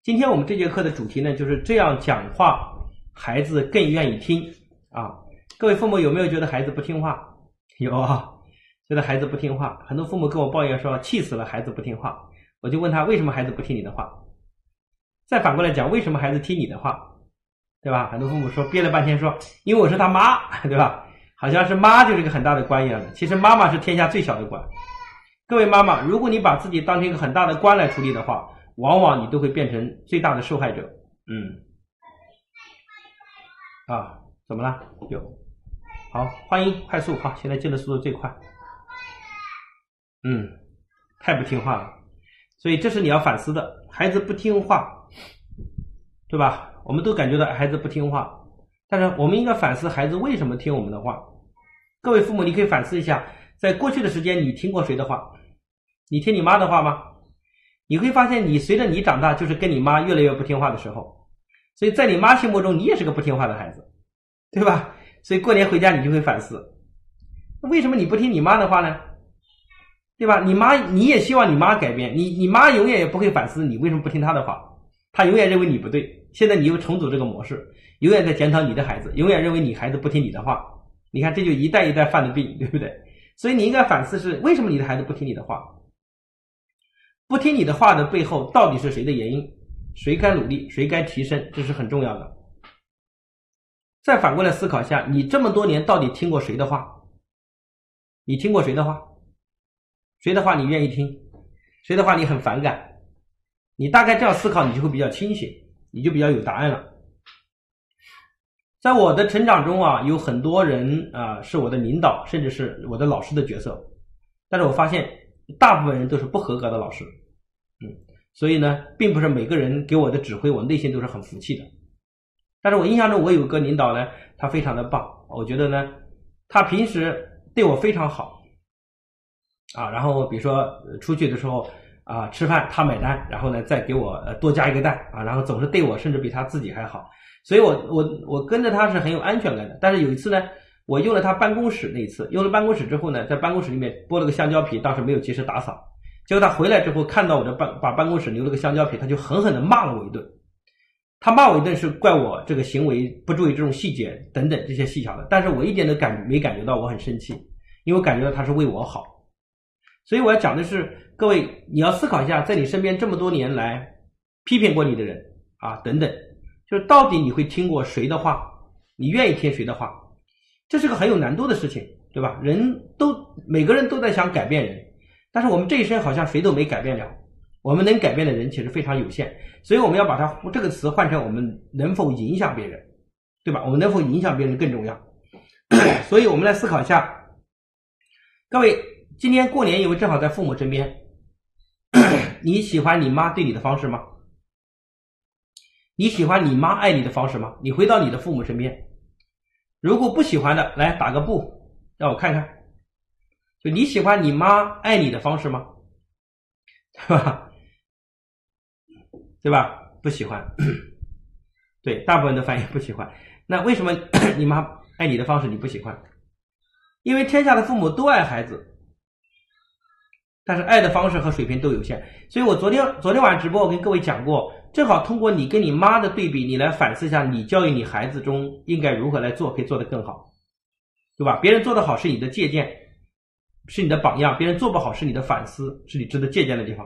今天我们这节课的主题呢，就是这样讲话，孩子更愿意听啊。各位父母有没有觉得孩子不听话？有啊，觉得孩子不听话。很多父母跟我抱怨说，气死了，孩子不听话。我就问他，为什么孩子不听你的话？再反过来讲，为什么孩子听你的话？对吧？很多父母说，憋了半天说，因为我是他妈，对吧？好像是妈就是一个很大的官一样的。其实妈妈是天下最小的官。各位妈妈，如果你把自己当成一个很大的官来处理的话，往往你都会变成最大的受害者。怎么了？有。好，欢迎快速，好，现在进的速度最快。太不听话了。所以这是你要反思的，孩子不听话，对吧？我们都感觉到孩子不听话，但是我们应该反思孩子为什么听我们的话。各位父母，你可以反思一下，在过去的时间你听过谁的话？你听你妈的话吗？你会发现你随着你长大，就是跟你妈越来越不听话的时候，所以在你妈心目中你也是个不听话的孩子，对吧？所以过年回家你就会反思，为什么你不听你妈的话呢？对吧？你也希望你妈改变，你妈永远也不会反思你为什么不听她的话，她永远认为你不对。现在你又重组这个模式，永远在检讨你的孩子，永远认为你孩子不听你的话。你看这就一代一代犯的病，对不对？所以你应该反思是为什么你的孩子不听你的话，不听你的话的背后到底是谁的原因，谁该努力，谁该提升，这是很重要的。再反过来思考一下，你这么多年到底听过谁的话？你听过谁的话？谁的话你愿意听？谁的话你很反感？你大概这样思考，你就会比较清醒，你就比较有答案了。在我的成长中啊，有很多人是我的领导，甚至是我的老师的角色，但是我发现大部分人都是不合格的老师。所以呢，并不是每个人给我的指挥我内心都是很服气的。但是我印象中我有个领导呢，他非常的棒，我觉得呢他平时对我非常好然后比如说出去的时候吃饭他买单，然后呢再给我多加一个蛋然后总是对我甚至比他自己还好，所以我跟着他是很有安全感的。但是有一次呢，我用了他办公室，那一次用了办公室之后呢，在办公室里面剥了个香蕉皮，当时没有及时打扫，结果他回来之后看到我把办公室留了个香蕉皮，他就狠狠地骂了我一顿。他骂我一顿是怪我这个行为不注意这种细节等等这些细小的，但是我一点都没感觉到我很生气，因为我感觉到他是为我好。所以我要讲的是，各位你要思考一下，在你身边这么多年来批评过你的人等等，就是到底你会听过谁的话，你愿意听谁的话，这是个很有难度的事情，对吧？每个人都在想改变人，但是我们这一生好像谁都没改变了，我们能改变的人其实非常有限，所以我们要把它这个词换成我们能否影响别人，对吧？我们能否影响别人更重要。所以我们来思考一下，各位今年过年因为正好在父母身边，你喜欢你妈对你的方式吗？你喜欢你妈爱你的方式吗？你回到你的父母身边，如果不喜欢的，来打个不，让我看看，就你喜欢你妈爱你的方式吗？对吧？对吧？不喜欢。对，大部分的反应不喜欢。那为什么你妈爱你的方式你不喜欢？因为天下的父母都爱孩子，但是爱的方式和水平都有限。所以我昨天晚上直播我跟各位讲过，正好通过你跟你妈的对比，你来反思一下你教育你孩子中应该如何来做，可以做得更好，对吧？别人做得好是你的借鉴，是你的榜样，别人做不好是你的反思，是你值得借鉴的地方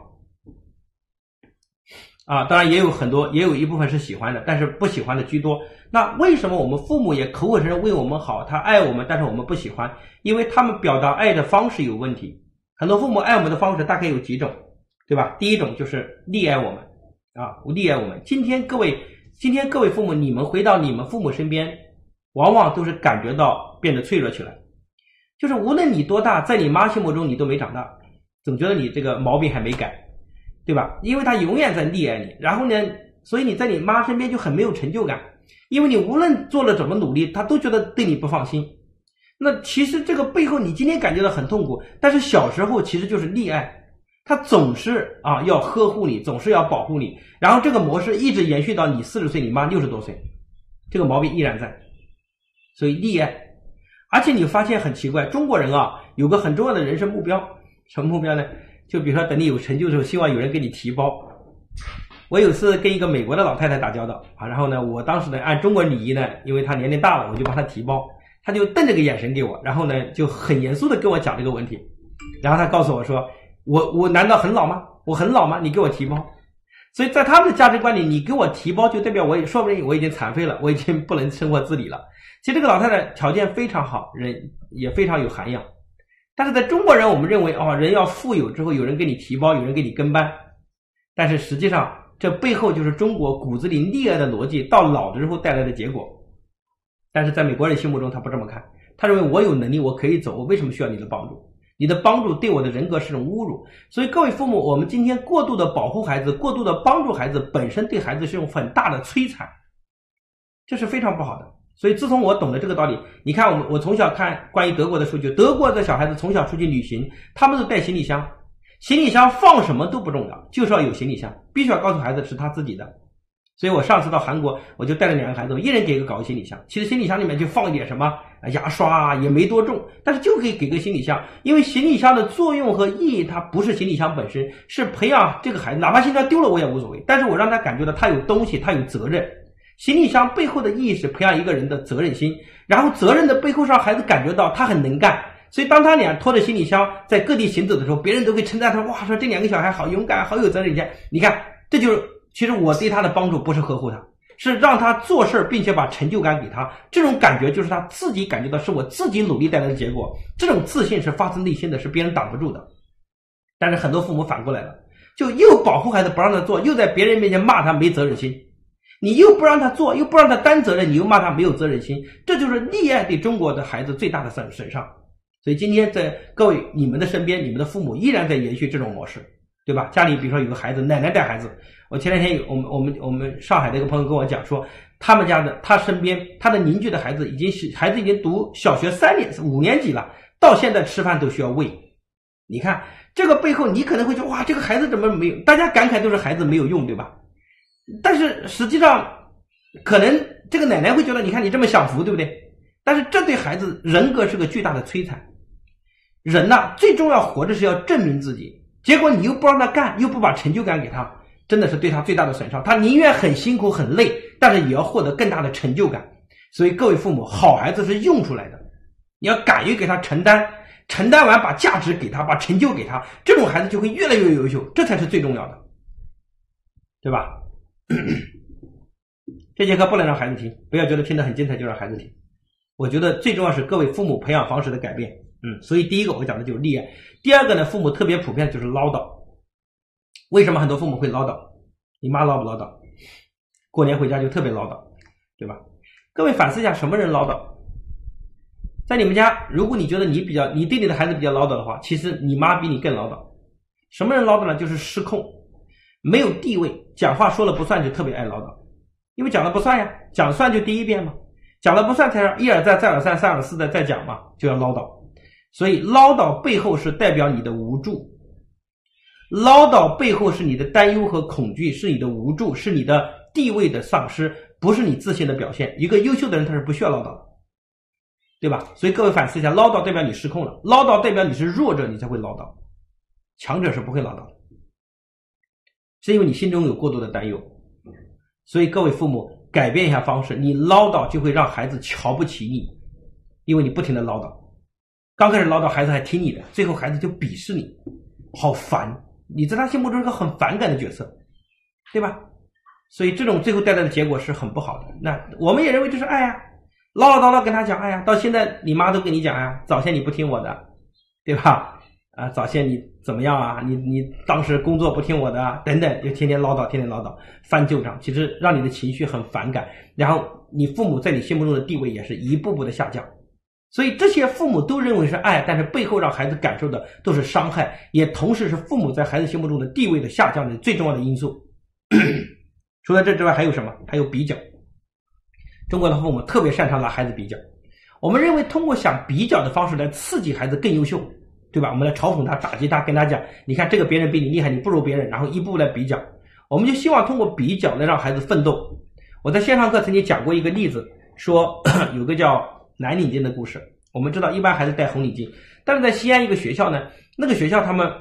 当然也有一部分是喜欢的，但是不喜欢的居多。那为什么我们父母也口口声声为我们好，他爱我们，但是我们不喜欢？因为他们表达爱的方式有问题。很多父母爱我们的方式大概有几种，对吧？第一种就是溺爱我们溺爱我们。今天各位父母，你们回到你们父母身边，往往都是感觉到变得脆弱起来，就是无论你多大，在你妈心目中你都没长大，总觉得你这个毛病还没改，对吧？因为他永远在溺爱你，然后呢，所以你在你妈身边就很没有成就感，因为你无论做了怎么努力，他都觉得对你不放心。那其实这个背后你今天感觉到很痛苦，但是小时候其实就是溺爱，他总是要呵护你，总是要保护你，然后这个模式一直延续到你40岁，你妈60多岁，这个毛病依然在，所以溺爱。而且你发现很奇怪，中国人有个很重要的人生目标，什么目标呢？就比如说等你有成就的时候，希望有人给你提包。 我有次跟一个美国的老太太打交道啊，然后呢，我当时呢按中国礼仪呢，因为她年龄大了，我就帮她提包，她就瞪着个眼神给我，然后呢就很严肃的跟我讲这个问题，然后她告诉我说，我难道很老吗？我很老吗？你给我提包。所以在他们的价值观里，你给我提包就代表我也说不定我已经残废了，我已经不能生活自理了。其实这个老太太条件非常好，人也非常有涵养，但是在中国人我们认为人要富有之后有人给你提包，有人给你跟班，但是实际上这背后就是中国骨子里溺爱的逻辑到老的时候带来的结果。但是在美国人心目中他不这么看，他认为我有能力我可以走，我为什么需要你的帮助？你的帮助对我的人格是种侮辱。所以各位父母，我们今天过度的保护孩子，过度的帮助孩子，本身对孩子是一种很大的摧残，这是非常不好的。所以自从我懂了这个道理，你看我从小看关于德国的数据，德国的小孩子从小出去旅行，他们都带行李箱，行李箱放什么都不重要，就是要有行李箱，必须要告诉孩子是他自己的。所以我上次到韩国，我就带了2个孩子，我一人给搞个行李箱，其实行李箱里面就放一点什么牙刷啊，也没多重，但是就可以给个行李箱。因为行李箱的作用和意义，它不是行李箱本身，是培养这个孩子，哪怕行李箱丢了我也无所谓，但是我让他感觉到他有东西，他有责任。行李箱背后的意义是培养一个人的责任心，然后责任的背后让孩子感觉到他很能干。所以当他俩拖着行李箱在各地行走的时候，别人都会称赞他，哇，说这2个小孩好勇敢，好有责任心。你看，这就是其实我对他的帮助不是呵护他，是让他做事并且把成就感给他，这种感觉就是他自己感觉到是我自己努力带来的结果，这种自信是发自内心的，是别人挡不住的。但是很多父母反过来了，就又保护孩子不让他做，又在别人面前骂他没责任心，你又不让他做，又不让他担责任，你又骂他没有责任心，这就是溺爱对中国的孩子最大的损伤。所以今天在各位你们的身边，你们的父母依然在延续这种模式，对吧？家里比如说有个孩子，奶奶带孩子，我前2天我们上海的一个朋友跟我讲说，他身边他的邻居的孩子已经读小学5年级了，到现在吃饭都需要喂。你看这个背后，你可能会觉得哇，这个孩子怎么没有？大家感慨都是孩子没有用，对吧？但是实际上可能这个奶奶会觉得，你看你这么享福，对不对？但是这对孩子人格是个巨大的摧残。人最重要活着是要证明自己，结果你又不让他干，又不把成就感给他，真的是对他最大的损伤。他宁愿很辛苦很累，但是也要获得更大的成就感。所以各位父母，好孩子是用出来的，你要敢于给他承担，承担完把价值给他，把成就给他，这种孩子就会越来越优秀，这才是最重要的，对吧？这节课不能让孩子听，不要觉得听得很精彩就让孩子听。我觉得最重要是各位父母培养方式的改变。所以第一个我讲的就是溺爱，第二个呢，父母特别普遍的就是唠叨。为什么很多父母会唠叨？你妈唠不唠叨？过年回家就特别唠叨，对吧？各位反思一下，什么人唠叨？在你们家，如果你觉得你对你的孩子比较唠叨的话，其实你妈比你更唠叨。什么人唠叨呢？就是失控，没有地位，讲话说了不算就特别爱唠叨。因为讲了不算呀，讲算就第一遍嘛，讲了不算才一而再再而三三而四的再讲嘛，就要唠叨。所以唠叨背后是代表你的无助，唠叨背后是你的担忧和恐惧，是你的无助，是你的地位的丧失，不是你自信的表现。一个优秀的人他是不需要唠叨的，对吧？所以各位反思一下，唠叨代表你失控了，唠叨代表你是弱者，你才会唠叨，强者是不会唠叨的，是因为你心中有过多的担忧。所以各位父母改变一下方式，你唠叨就会让孩子瞧不起你，因为你不停的唠叨。刚开始唠叨，孩子还听你的，最后孩子就鄙视你，好烦，你在他心目中是个很反感的角色，对吧？所以这种最后带来的结果是很不好的。那我们也认为这是爱呀，唠唠叨叨跟他讲爱呀，到现在你妈都跟你讲呀，早先你不听我的，对吧？早先你怎么样啊？你当时工作不听我的啊，等等，就天天唠叨，天天唠叨，翻旧账，其实让你的情绪很反感，然后你父母在你心目中的地位也是一步步的下降。所以这些父母都认为是爱，但是背后让孩子感受的都是伤害，也同时是父母在孩子心目中的地位的下降的最重要的因素。除了这之外还有什么？还有比较。中国的父母特别擅长拿孩子比较，我们认为通过想比较的方式来刺激孩子更优秀，对吧？我们来嘲讽他，打击他，跟他讲，你看这个别人比你厉害，你不如别人，然后一步步来比较。我们就希望通过比较来让孩子奋斗。我在线上课曾经讲过一个例子，说有个叫蓝领巾的故事。我们知道一般孩子戴红领巾，但是在西安一个学校呢，那个学校他们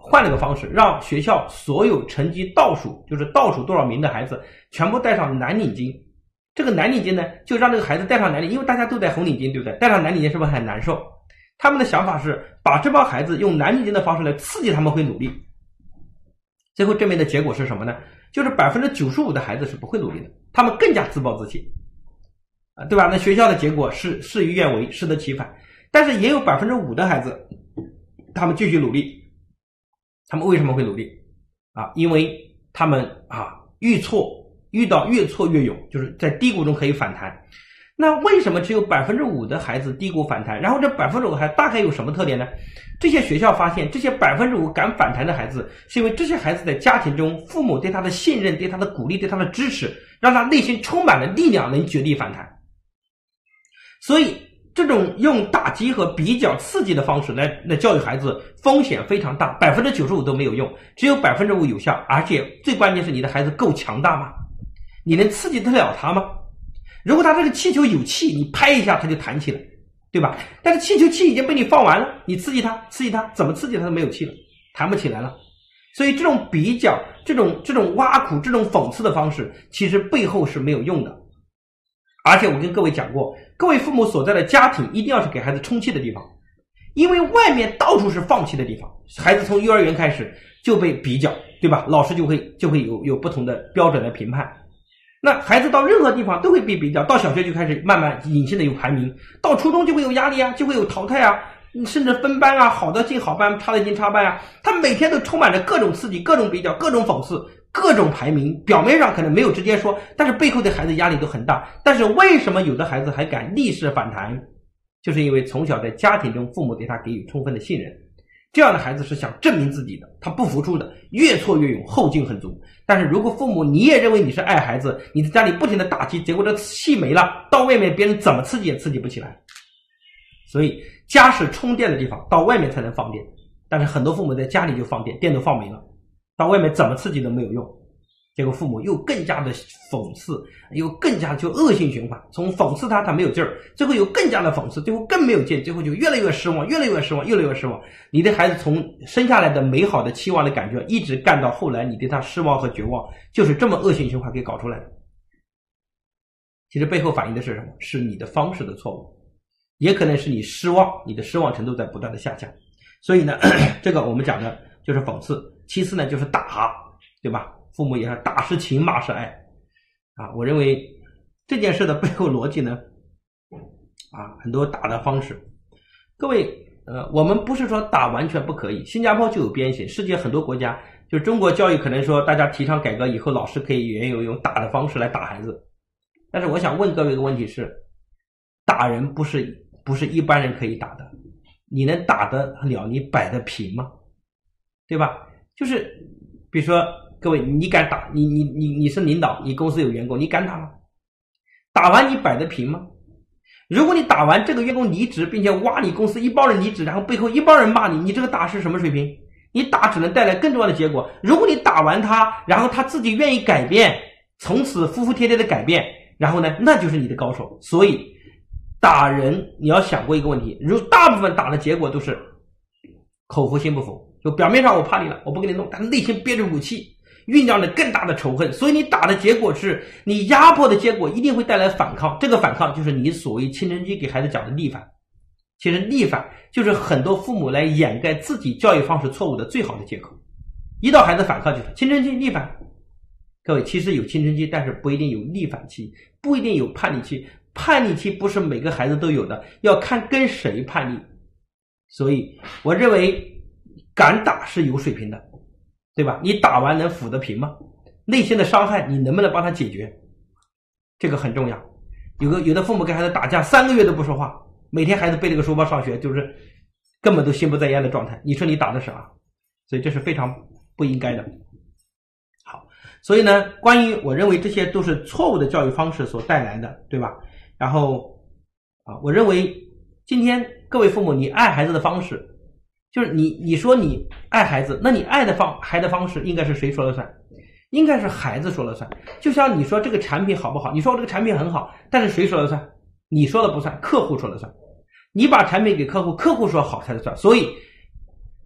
换了个方式，让学校所有成绩倒数，就是倒数多少名的孩子，全部戴上蓝领巾。这个蓝领巾呢，就让这个孩子戴上蓝领，因为大家都戴红领巾，对不对？戴上蓝领巾是不是很难受？他们的想法是把这帮孩子用蓝领巾的方式来刺激他们会努力。最后证明的结果是什么呢？就是 95% 的孩子是不会努力的，他们更加自暴自弃，对吧？那学校的结果是事与愿违，适得其反。但是也有 5% 的孩子，他们继续努力。他们为什么会努力？因为他们遇到越挫越勇，就是在低谷中可以反弹。那为什么只有 5% 的孩子低谷反弹？然后这 5% 还大概有什么特点呢？这些学校发现，这些 5% 敢反弹的孩子，是因为这些孩子在家庭中，父母对他的信任、对他的鼓励、对他的支持，让他内心充满了力量，能绝地反弹。所以这种用打击和比较刺激的方式来教育孩子，风险非常大， 95% 都没有用，只有 5% 有效。而且最关键是你的孩子够强大吗？你能刺激得了他吗？如果他这个气球有气，你拍一下他就弹起来，对吧？但是气球气已经被你放完了，你刺激他，怎么刺激他都没有气了，弹不起来了。所以这种比较，这种挖苦，这种讽刺的方式，其实背后是没有用的。而且我跟各位讲过，各位父母所在的家庭一定要是给孩子充气的地方，因为外面到处是放弃的地方。孩子从幼儿园开始就被比较，对吧？老师就会有不同的标准来评判。那孩子到任何地方都会被比较，到小学就开始慢慢隐性的有排名，到初中就会有压力啊，就会有淘汰啊，甚至分班啊，好的进好班，差的进差班啊。他每天都充满着各种刺激、各种比较、各种讽刺、各种排名。表面上可能没有直接说，但是背后对孩子压力都很大。但是为什么有的孩子还敢逆势反弹？就是因为从小在家庭中父母对他给予充分的信任。这样的孩子是想证明自己的，他不服输的，越挫越勇，后劲很足。但是如果父母你也认为你是爱孩子，你在家里不停的打击，结果这气没了，到外面别人怎么刺激也刺激不起来。所以家是充电的地方，到外面才能放电。但是很多父母在家里就放电，电都放没了，到外面怎么刺激都没有用。结果父母又更加的讽刺，又更加就恶性循环，从讽刺他没有劲儿，最后又更加的讽刺，最后更没有劲，最后就越来越失望，越来越失望，越来越失望。你对孩子从生下来的美好的期望的感觉，一直干到后来你对他失望和绝望，就是这么恶性循环给搞出来的。其实背后反映的是什么？是你的方式的错误，也可能是你失望，你的失望程度在不断的下降。所以呢，这个我们讲的就是讽刺。其次呢，就是打，对吧？父母也是打是情，骂是爱我认为这件事的背后逻辑呢很多打的方式。各位我们不是说打完全不可以，新加坡就有鞭刑，世界很多国家，就中国教育可能说大家提倡改革以后，老师可以也有用打的方式来打孩子。但是我想问各位一个问题是，打人不是一般人可以打的，你能打得了，你摆得平吗？对吧？就是比如说各位，你敢打？你是领导，你公司有员工，你敢打吗？打完你摆得平吗？如果你打完这个员工离职，并且挖你公司一帮人离职，然后背后一帮人骂你，你这个打是什么水平？你打只能带来更重要的结果。如果你打完他，然后他自己愿意改变，从此服服帖帖的改变，然后呢，那就是你的高手。所以打人你要想过一个问题，大部分打的结果都是口服心不服，就表面上我怕你了，我不跟你弄，但内心憋着武气，酝酿了更大的仇恨。所以你打的结果是，你压迫的结果一定会带来反抗，这个反抗就是你所谓青春期给孩子讲的逆反。其实逆反就是很多父母来掩盖自己教育方式错误的最好的借口。一到孩子反抗就是青春期逆反。各位，其实有青春期，但是不一定有逆反期，不一定有叛逆期。叛逆期不是每个孩子都有的，要看跟谁叛逆。所以我认为敢打是有水平的，对吧？你打完能抚得平吗？内心的伤害你能不能帮他解决？这个很重要。有的父母跟孩子打架3个月都不说话，每天孩子背着个书包上学，就是根本都心不在焉的状态，你说你打的是啥？所以这是非常不应该的。好，所以呢，关于我认为这些都是错误的教育方式所带来的，对吧？然后我认为今天各位父母，你爱孩子的方式，就是你说你爱孩子，那你爱的孩子方式应该是谁说了算？应该是孩子说了算。就像你说这个产品好不好，你说我这个产品很好，但是谁说了算？你说了不算，客户说了算。你把产品给客户，客户说好才算。所以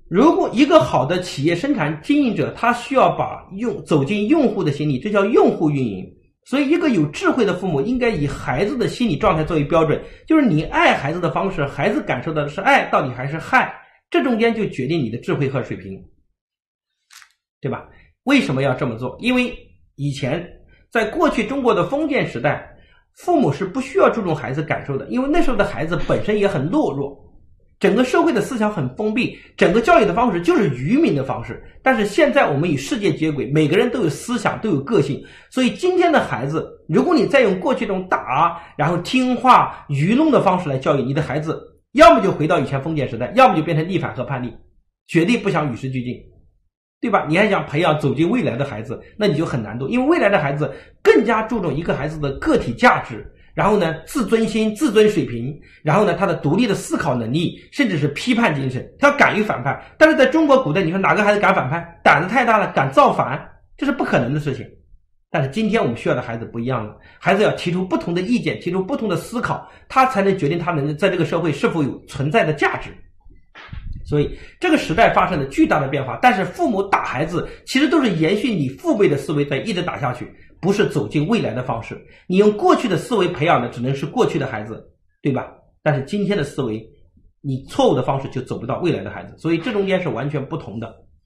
如果一个好的企业生产经营者，他需要走进用户的心理，这叫用户运营。所以一个有智慧的父母应该以孩子的心理状态作为标准，就是你爱孩子的方式，孩子感受到的是爱到底还是害，这中间就决定你的智慧和水平，对吧？为什么要这么做？因为以前在过去中国的封建时代，父母是不需要注重孩子感受的，因为那时候的孩子本身也很懦弱，整个社会的思想很封闭，整个教育的方式就是愚民的方式。但是现在我们与世界接轨，每个人都有思想，都有个性，所以今天的孩子，如果你再用过去这种打然后听话愚弄的方式来教育你的孩子，要么就回到以前封建时代，要么就变成逆反和叛逆，绝对不想与时俱进，对吧？你还想培养走进未来的孩子，那你就很难度，因为未来的孩子更加注重一个孩子的个体价值，然后呢自尊心、自尊水平，然后呢他的独立的思考能力，甚至是批判精神，他要敢于反叛。但是在中国古代，你说哪个孩子敢反叛？胆子太大了，敢造反，这是不可能的事情。但是今天我们需要的孩子不一样了，孩子要提出不同的意见，提出不同的思考，他才能决定他能在这个社会是否有存在的价值。所以这个时代发生了巨大的变化，但是父母打孩子其实都是延续你父辈的思维在一直打下去，不是走进未来的方式。你用过去的思维培养的只能是过去的孩子，对吧？但是今天的思维，你错误的方式就走不到未来的孩子，所以这中间是完全不同的。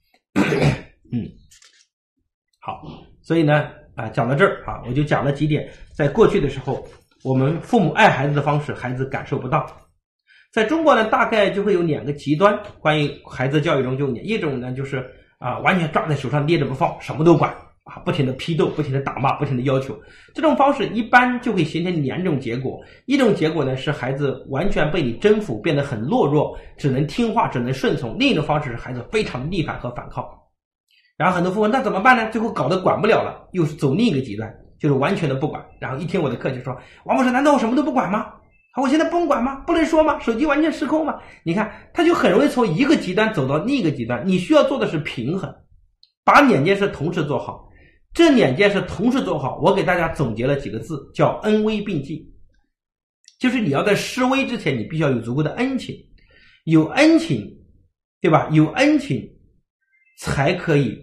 好，所以呢讲到这儿我就讲了几点，在过去的时候我们父母爱孩子的方式孩子感受不到。在中国呢，大概就会有两个极端，关于孩子教育中就一种呢就是完全抓在手上捏着不放，什么都管不停的批斗，不停的打骂，不停的要求。这种方式一般就会形成两种结果，一种结果呢是孩子完全被你征服，变得很懦弱，只能听话，只能顺从；另一种方式是孩子非常逆反和反抗。然后很多父母那怎么办呢？最后搞得管不了了，又是走另一个极端，就是完全的不管。然后一听我的课就说，王老师难道我什么都不管吗？我现在不用管吗？不能说吗？手机完全失控吗？你看他就很容易从一个极端走到另一个极端。你需要做的是平衡，把两件事同时做好。这两件事同时做好，我给大家总结了几个字，叫恩威并济。就是你要在施威之前，你必须要有足够的恩情，有恩情，对吧？有恩情才可以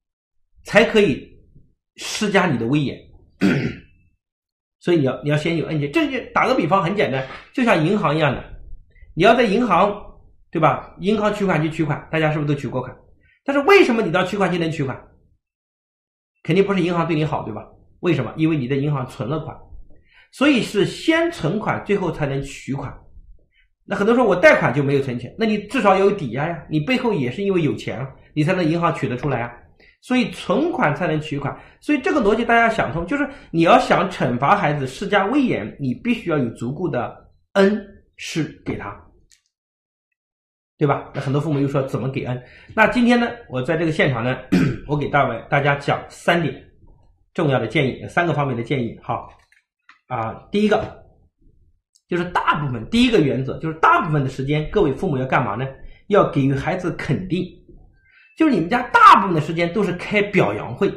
施加你的威严。所以你要先有恩情。这就打个比方很简单，就像银行一样的，你要在银行，对吧？银行取款机取款，大家是不是都取过款？但是为什么你到取款机能取款？肯定不是银行对你好，对吧？为什么？因为你在银行存了款，所以是先存款，最后才能取款。那很多人说我贷款就没有存钱，那你至少要有抵押呀，你背后也是因为有钱你才能银行取得出来啊。所以存款才能取款，所以这个逻辑大家想通，就是你要想惩罚孩子施加威严，你必须要有足够的恩施给他，对吧？那很多父母又说怎么给恩？那今天呢，我在这个现场呢，我给大家讲3点重要的建议，3个方面的建议。好第一个就是第一个原则就是大部分的时间，各位父母要干嘛呢？要给予孩子肯定。就是你们家大部分的时间都是开表扬会，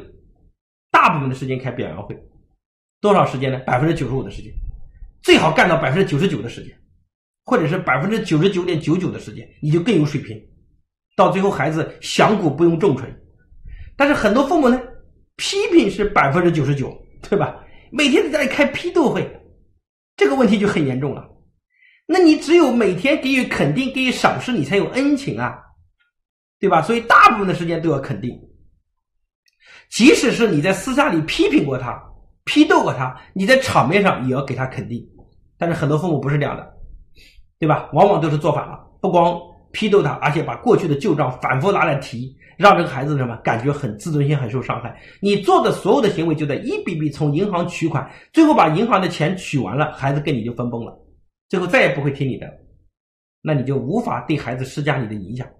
多少时间呢？95%的时间，最好干到99%的时间，或者是99.99%的时间，你就更有水平。到最后孩子响鼓不用重锤。但是很多父母呢，批评是99%，对吧？每天在家里开批斗会，这个问题就很严重了。那你只有每天给予肯定，给予赏识，你才有恩情啊，对吧？所以大部分的时间都要肯定，即使是你在私下里批评过他，批斗过他，你在场面上也要给他肯定。但是很多父母不是这样的，对吧？往往都是做反了，不光批斗他，而且把过去的旧账反复拿来提，让这个孩子什么感觉很自尊心很受伤害。你做的所有的行为就在一笔笔从银行取款，最后把银行的钱取完了，孩子跟你就分崩了，最后再也不会听你的，那你就无法对孩子施加你的影响。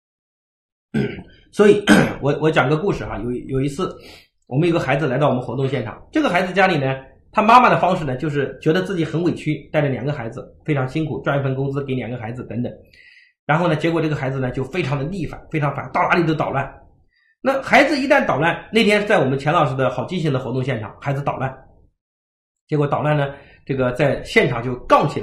所以我讲个故事有一次我们有个孩子来到我们活动现场，这个孩子家里呢，他妈妈的方式呢，就是觉得自己很委屈，带着2个孩子非常辛苦，赚一份工资给2个孩子等等，然后呢结果这个孩子呢就非常的逆反，非常反，到哪里都捣乱。那孩子一旦捣乱，那天在我们钱老师的好记性的活动现场，孩子捣乱，结果捣乱呢，这个在现场就杠起来了，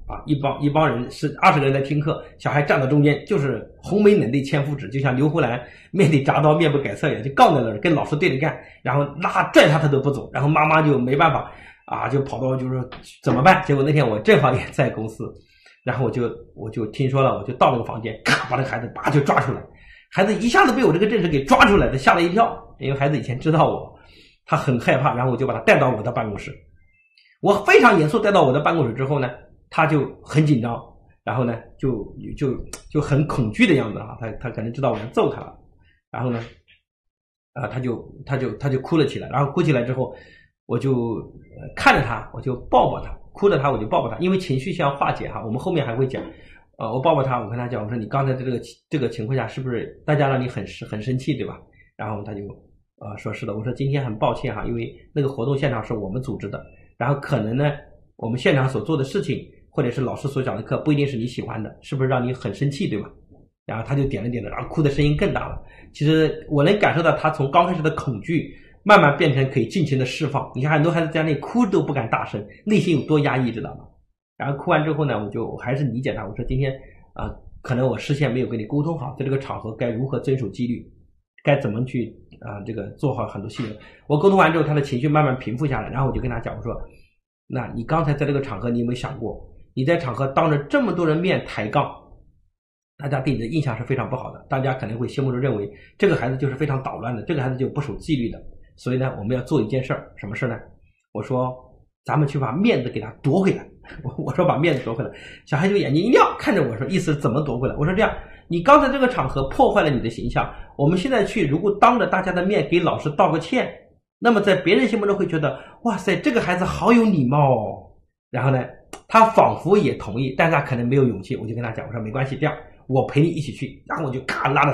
啊，一帮人是20个人在听课，小孩站到中间，就是红梅冷对千夫指，就像刘胡兰面对铡刀面不改色一样，就杠在那儿跟老师对着干，然后拽他都不走，然后妈妈就没办法啊，就跑到就是说怎么办？结果那天我正好也在公司，然后我就听说了，我就到那个房间，咔把那个孩子叭就抓出来，孩子一下子被我这个阵势给抓出来的，吓了一跳，因为孩子以前知道我，他很害怕，然后我就把他带到我的办公室，我非常严肃带到我的办公室之后呢，他就很紧张，然后呢就很恐惧的样子啊，他可能知道我要揍他了，然后呢他就哭了起来，然后哭起来之后，我就看着他，我就抱抱他，哭着他我就抱抱他，因为情绪需要化解哈，我们后面还会讲，我抱抱他，我跟他讲，我说你刚才这个情况下是不是大家让你很生气对吧？然后他就说是的，我说今天很抱歉哈，因为那个活动现场是我们组织的，然后可能呢我们现场所做的事情或者是老师所讲的课不一定是你喜欢的，是不是让你很生气对吧？然后他就点了点头，然后哭的声音更大了。其实我能感受到他从刚开始的恐惧慢慢变成可以尽情的释放。你看很多孩子在那里哭都不敢大声，内心有多压抑知道吗？然后哭完之后呢，我还是理解他，我说今天可能我事先没有跟你沟通好，在这个场合该如何遵守纪律，该怎么去这个做好很多细节。我沟通完之后，他的情绪慢慢平复下来，然后我就跟他讲，我说那你刚才在这个场合你有没有想过，你在场合当着这么多人面抬杠，大家对你的印象是非常不好的，大家可能会心目中认为这个孩子就是非常捣乱的，这个孩子就不守纪律的，所以呢我们要做一件事儿，什么事呢？我说咱们去把面子给他夺回来。我说把面子夺回来，小孩就眼睛一亮看着我说，意思是怎么夺回来？我说这样，你刚才这个场合破坏了你的形象，我们现在去如果当着大家的面给老师道个歉，那么在别人心目中会觉得哇塞这个孩子好有礼貌哦。然后呢他仿佛也同意，但是他可能没有勇气，我就跟他讲，我说没关系，这样我陪你一起去，然后我就咔拉着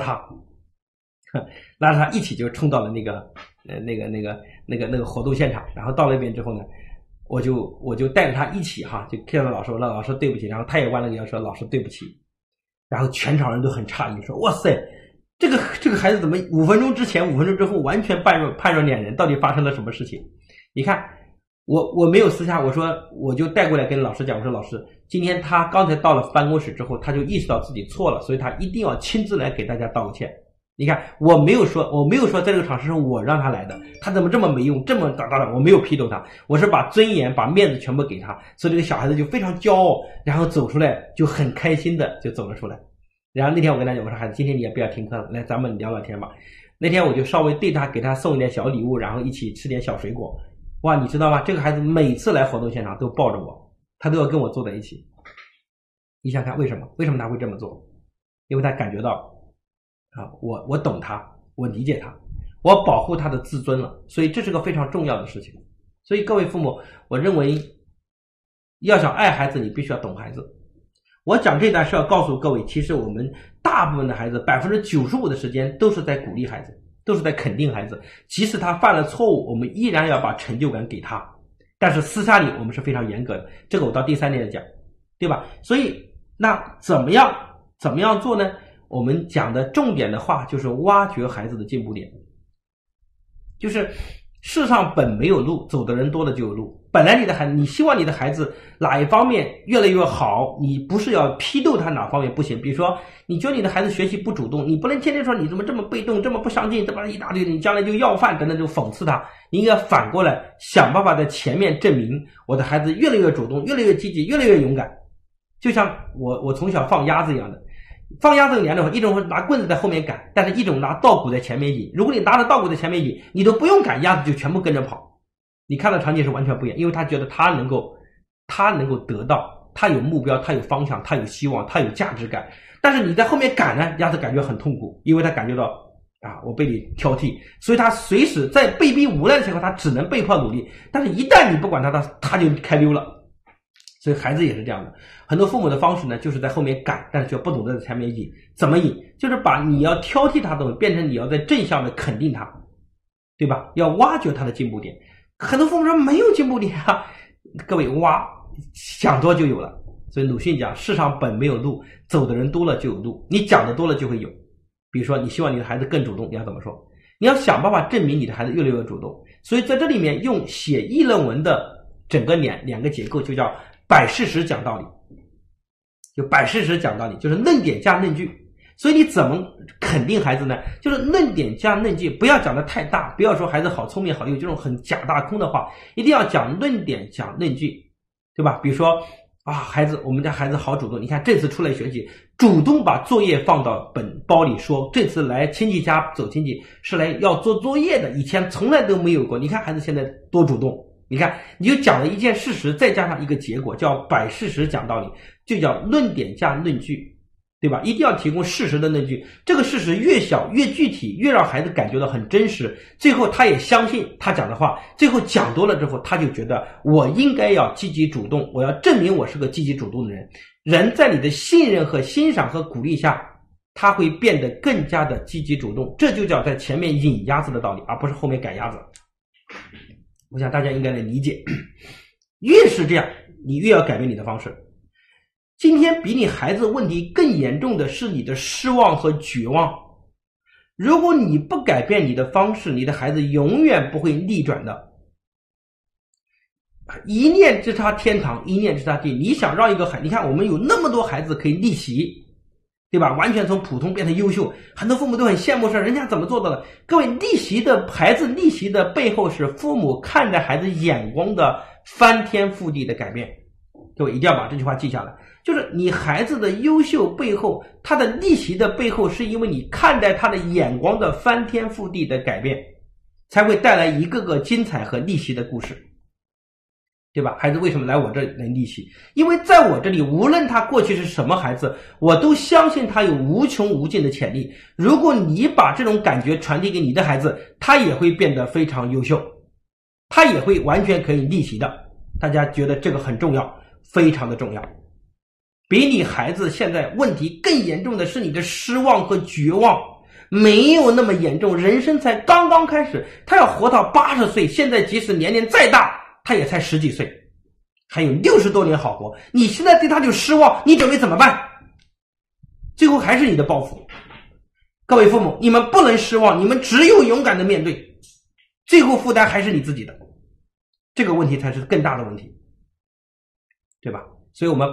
他一起就冲到了那个活动现场，然后到那边之后呢，我就带着他一起哈，就见到老师，我说老师对不起，然后他也弯了个腰说老师对不起，然后全场人都很诧异，说哇塞，这个孩子怎么5分钟之前5分钟之后完全判若两人，到底发生了什么事情？你看我没有私下，我说我就带过来跟老师讲，我说老师，今天他刚才到了办公室之后，他就意识到自己错了，所以他一定要亲自来给大家道个歉。你看我没有说在这个场是我让他来的，他怎么这么没用，这么大的，我没有批斗他，我是把尊严把面子全部给他，所以这个小孩子就非常骄傲，然后走出来就很开心的就走了出来。然后那天我跟他讲，我说孩子今天你也不要听课了，来咱们聊聊天吧。那天我就稍微对他给他送一点小礼物，然后一起吃点小水果。哇你知道吗，这个孩子每次来活动现场都抱着我，他都要跟我坐在一起。你想看为什么他会这么做？因为他感觉到我懂他，我理解他，我保护他的自尊了，所以这是个非常重要的事情。所以各位父母，我认为要想爱孩子你必须要懂孩子。我讲这段是要告诉各位，其实我们大部分的孩子95%的时间都是在鼓励孩子，都是在肯定孩子，即使他犯了错误，我们依然要把成就感给他，但是私下里我们是非常严格的，这个我到第3年讲，对吧？所以那怎么样做呢？我们讲的重点的话就是挖掘孩子的进步点，就是世上本没有路，走的人多了就有路。本来你希望你的孩子哪一方面越来越好，你不是要批斗他哪方面不行。比如说你觉得你的孩子学习不主动，你不能天天说你怎么这么被动，这么不上进，这么一大堆，你将来就要饭等等，就讽刺他。你应该反过来想办法在前面证明我的孩子越来越主动，越来越积极，越来越勇敢。就像我从小放鸭子一样的，放鸭子有2种，一种是拿棍子在后面赶，但是一种拿稻谷在前面引。如果你拿着稻谷在前面引，你都不用赶，鸭子就全部跟着跑。你看到场景是完全不一样，因为他觉得他能够得到，他有目标，他有方向，他有希望，他有价值感。但是你在后面赶呢，鸭子感觉很痛苦，因为他感觉到我被你挑剔，所以他随时在被逼无奈的情况，他只能被迫努力。但是一旦你不管他就开溜了。所以孩子也是这样的，很多父母的方式呢，就是在后面赶，但是却不懂得在前面引。怎么引？就是把你要挑剔他的东西变成你要在正向的肯定他，对吧？要挖掘他的进步点。很多父母说没有进步点啊，各位想多就有了。所以鲁迅讲，世上本没有路，走的人多了就有路，你讲的多了就会有。比如说你希望你的孩子更主动，你要怎么说？你要想办法证明你的孩子越来越主动。所以在这里面用写议论文的整个两个结构，就叫摆事实讲道理。 就摆事实讲道理，就是论点加论据。所以你怎么肯定孩子呢？就是论点加论据，不要讲得太大，不要说孩子好聪明好，有这种很假大空的话，一定要讲论点讲论据，对吧？比如说孩子，我们家孩子好主动，你看这次出来学习，主动把作业放到本包里，说这次来亲戚家走亲戚是来要做作业的，以前从来都没有过。你看孩子现在多主动，你看你就讲了一件事实，再加上一个结果，叫摆事实讲道理，就叫论点加论据，对吧？一定要提供事实的论据，这个事实越小越具体，越让孩子感觉到很真实，最后他也相信他讲的话，最后讲多了之后，他就觉得我应该要积极主动，我要证明我是个积极主动的人。人在你的信任和欣赏和鼓励下，他会变得更加的积极主动，这就叫在前面引鸭子的道理，而不是后面赶鸭子。我想大家应该能理解，越是这样，你越要改变你的方式。今天比你孩子问题更严重的是你的失望和绝望。如果你不改变你的方式，你的孩子永远不会逆转的。一念之差天堂，一念之差地。你想让一个孩子，你看我们有那么多孩子可以逆袭，对吧？完全从普通变成优秀，很多父母都很羡慕，说人家怎么做到的。各位，逆袭的孩子逆袭的背后是父母看待孩子眼光的翻天覆地的改变。各位一定要把这句话记下来，就是你孩子的优秀背后，他的逆袭的背后，是因为你看待他的眼光的翻天覆地的改变，才会带来一个个精彩和逆袭的故事，对吧？孩子为什么来我这里能逆袭？因为在我这里，无论他过去是什么孩子，我都相信他有无穷无尽的潜力。如果你把这种感觉传递给你的孩子，他也会变得非常优秀，他也会完全可以逆袭的。大家觉得这个很重要，非常的重要。比你孩子现在问题更严重的是你的失望和绝望，没有那么严重，人生才刚刚开始，他要活到80岁，现在即使年龄再大，他也才10几岁，还有60多年好活。你现在对他就失望，你准备怎么办？最后还是你的报复。各位父母，你们不能失望，你们只有勇敢的面对，最后负担还是你自己的。这个问题才是更大的问题，对吧？所以我们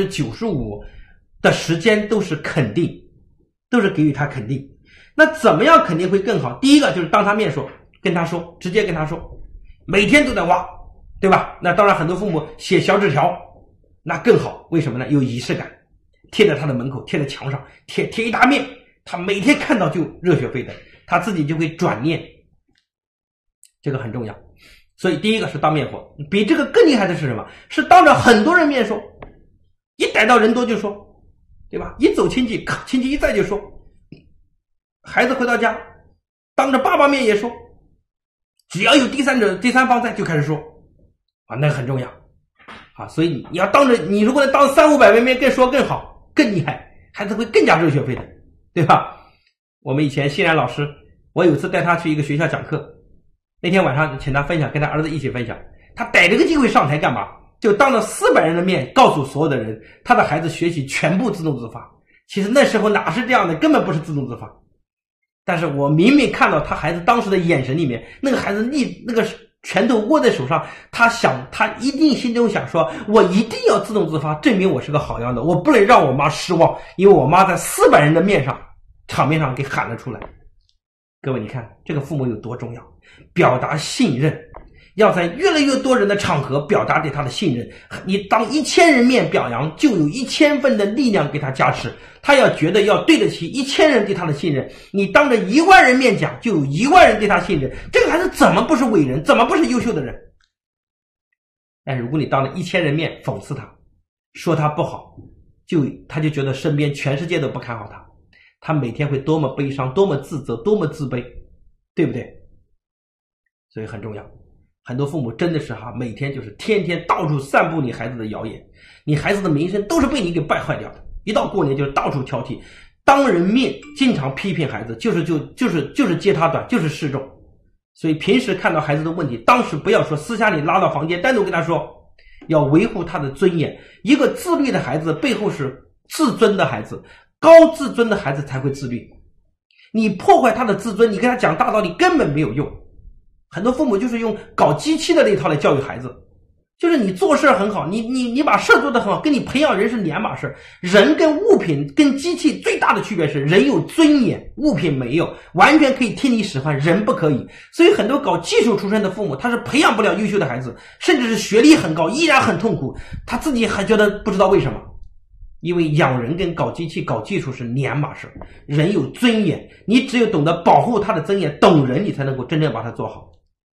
95%的时间都是肯定，都是给予他肯定。那怎么样肯定会更好？第一个就是当他面说，跟他说，直接跟他说，每天都在挖，对吧？那当然很多父母写小纸条，那更好。为什么呢？有仪式感，贴在他的门口，贴在墙上，贴一大面，他每天看到就热血沸腾，他自己就会转念，这个很重要。所以第一个是当面说，比这个更厉害的是什么？是当着很多人面说，一逮到人多就说，对吧？一走亲戚，亲戚一在就说，孩子回到家当着爸爸面也说，只要有第三方在就开始说啊，那很重要啊。所以你要当着，你如果能当300-500人面更说更好更厉害，孩子会更加热血沸腾，对吧？我们以前欣然老师，我有一次带他去一个学校讲课，那天晚上请他分享，跟他儿子一起分享，他逮这个机会上台干嘛？就当着400人的面告诉所有的人，他的孩子学习全部自动自发。其实那时候哪是这样的，根本不是自动自发。但是我明明看到他孩子当时的眼神里面，那个孩子那个拳头握在手上，他一定心中想说，我一定要自动自发，证明我是个好样的，我不能让我妈失望，因为我妈在400人的场面上给喊了出来。各位你看这个父母有多重要，表达信任，要在越来越多人的场合表达对他的信任。你当1000人面表扬，就有1000份的力量给他加持，他要觉得要对得起1000人对他的信任。你当着1万人面讲，就有1万人对他信任。这个孩子怎么不是伟人，怎么不是优秀的人？但如果你当着1000人面讽刺他，说他不好，他就觉得身边全世界都不看好他，他每天会多么悲伤，多么自责，多么自卑，对不对？所以很重要。很多父母真的是每天就是天天到处散布你孩子的谣言，你孩子的名声都是被你给败坏掉的。一到过年就是到处挑剔，当人面经常批评孩子，就是揭他短，就是示众。所以平时看到孩子的问题，当时不要说，私下里拉到房间单独跟他说，要维护他的尊严。一个自律的孩子背后是自尊的孩子，高自尊的孩子才会自律。你破坏他的自尊，你跟他讲大道理根本没有用。很多父母就是用搞机器的那套来教育孩子， 就是你做事很好，你把事做得很好，跟你培养人是两码事。人跟物品跟机器最大的区别是，人有尊严，物品没有，完全可以听你使唤，人不可以。所以很多搞技术出身的父母，他是培养不了优秀的孩子，甚至是学历很高，依然很痛苦，他自己还觉得不知道为什么。因为养人跟搞机器搞技术是两码事，人有尊严，你只有懂得保护他的尊严，懂人，你才能够真正把它做好，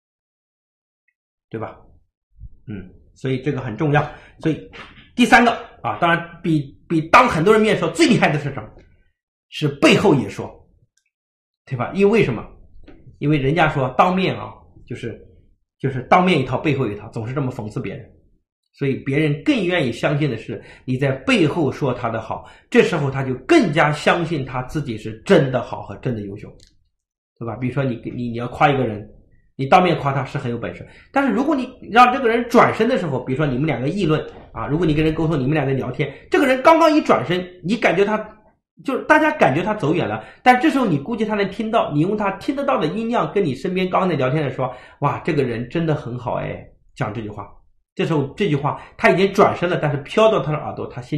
对吧？所以这个很重要。所以第三个啊，当然比当很多人面说最厉害的是什么？是背后也说，对吧？因为什么？因为人家说当面啊，就是当面一套背后一套，总是这么讽刺别人，所以别人更愿意相信的是你在背后说他的好，这时候他就更加相信他自己是真的好和真的优秀，对吧？比如说你要夸一个人，你当面夸他是很有本事，但是如果你让这个人转身的时候，比如说你们两个议论啊，如果你跟人沟通，你们俩在聊天，这个人刚刚一转身，你感觉他就是大家感觉他走远了，但这时候你估计他能听到，你用他听得到的音量跟你身边刚刚在聊天的说，哇，这个人真的很好哎，讲这句话，这时候这句话他已经转身了，但是飘到他的耳朵，他心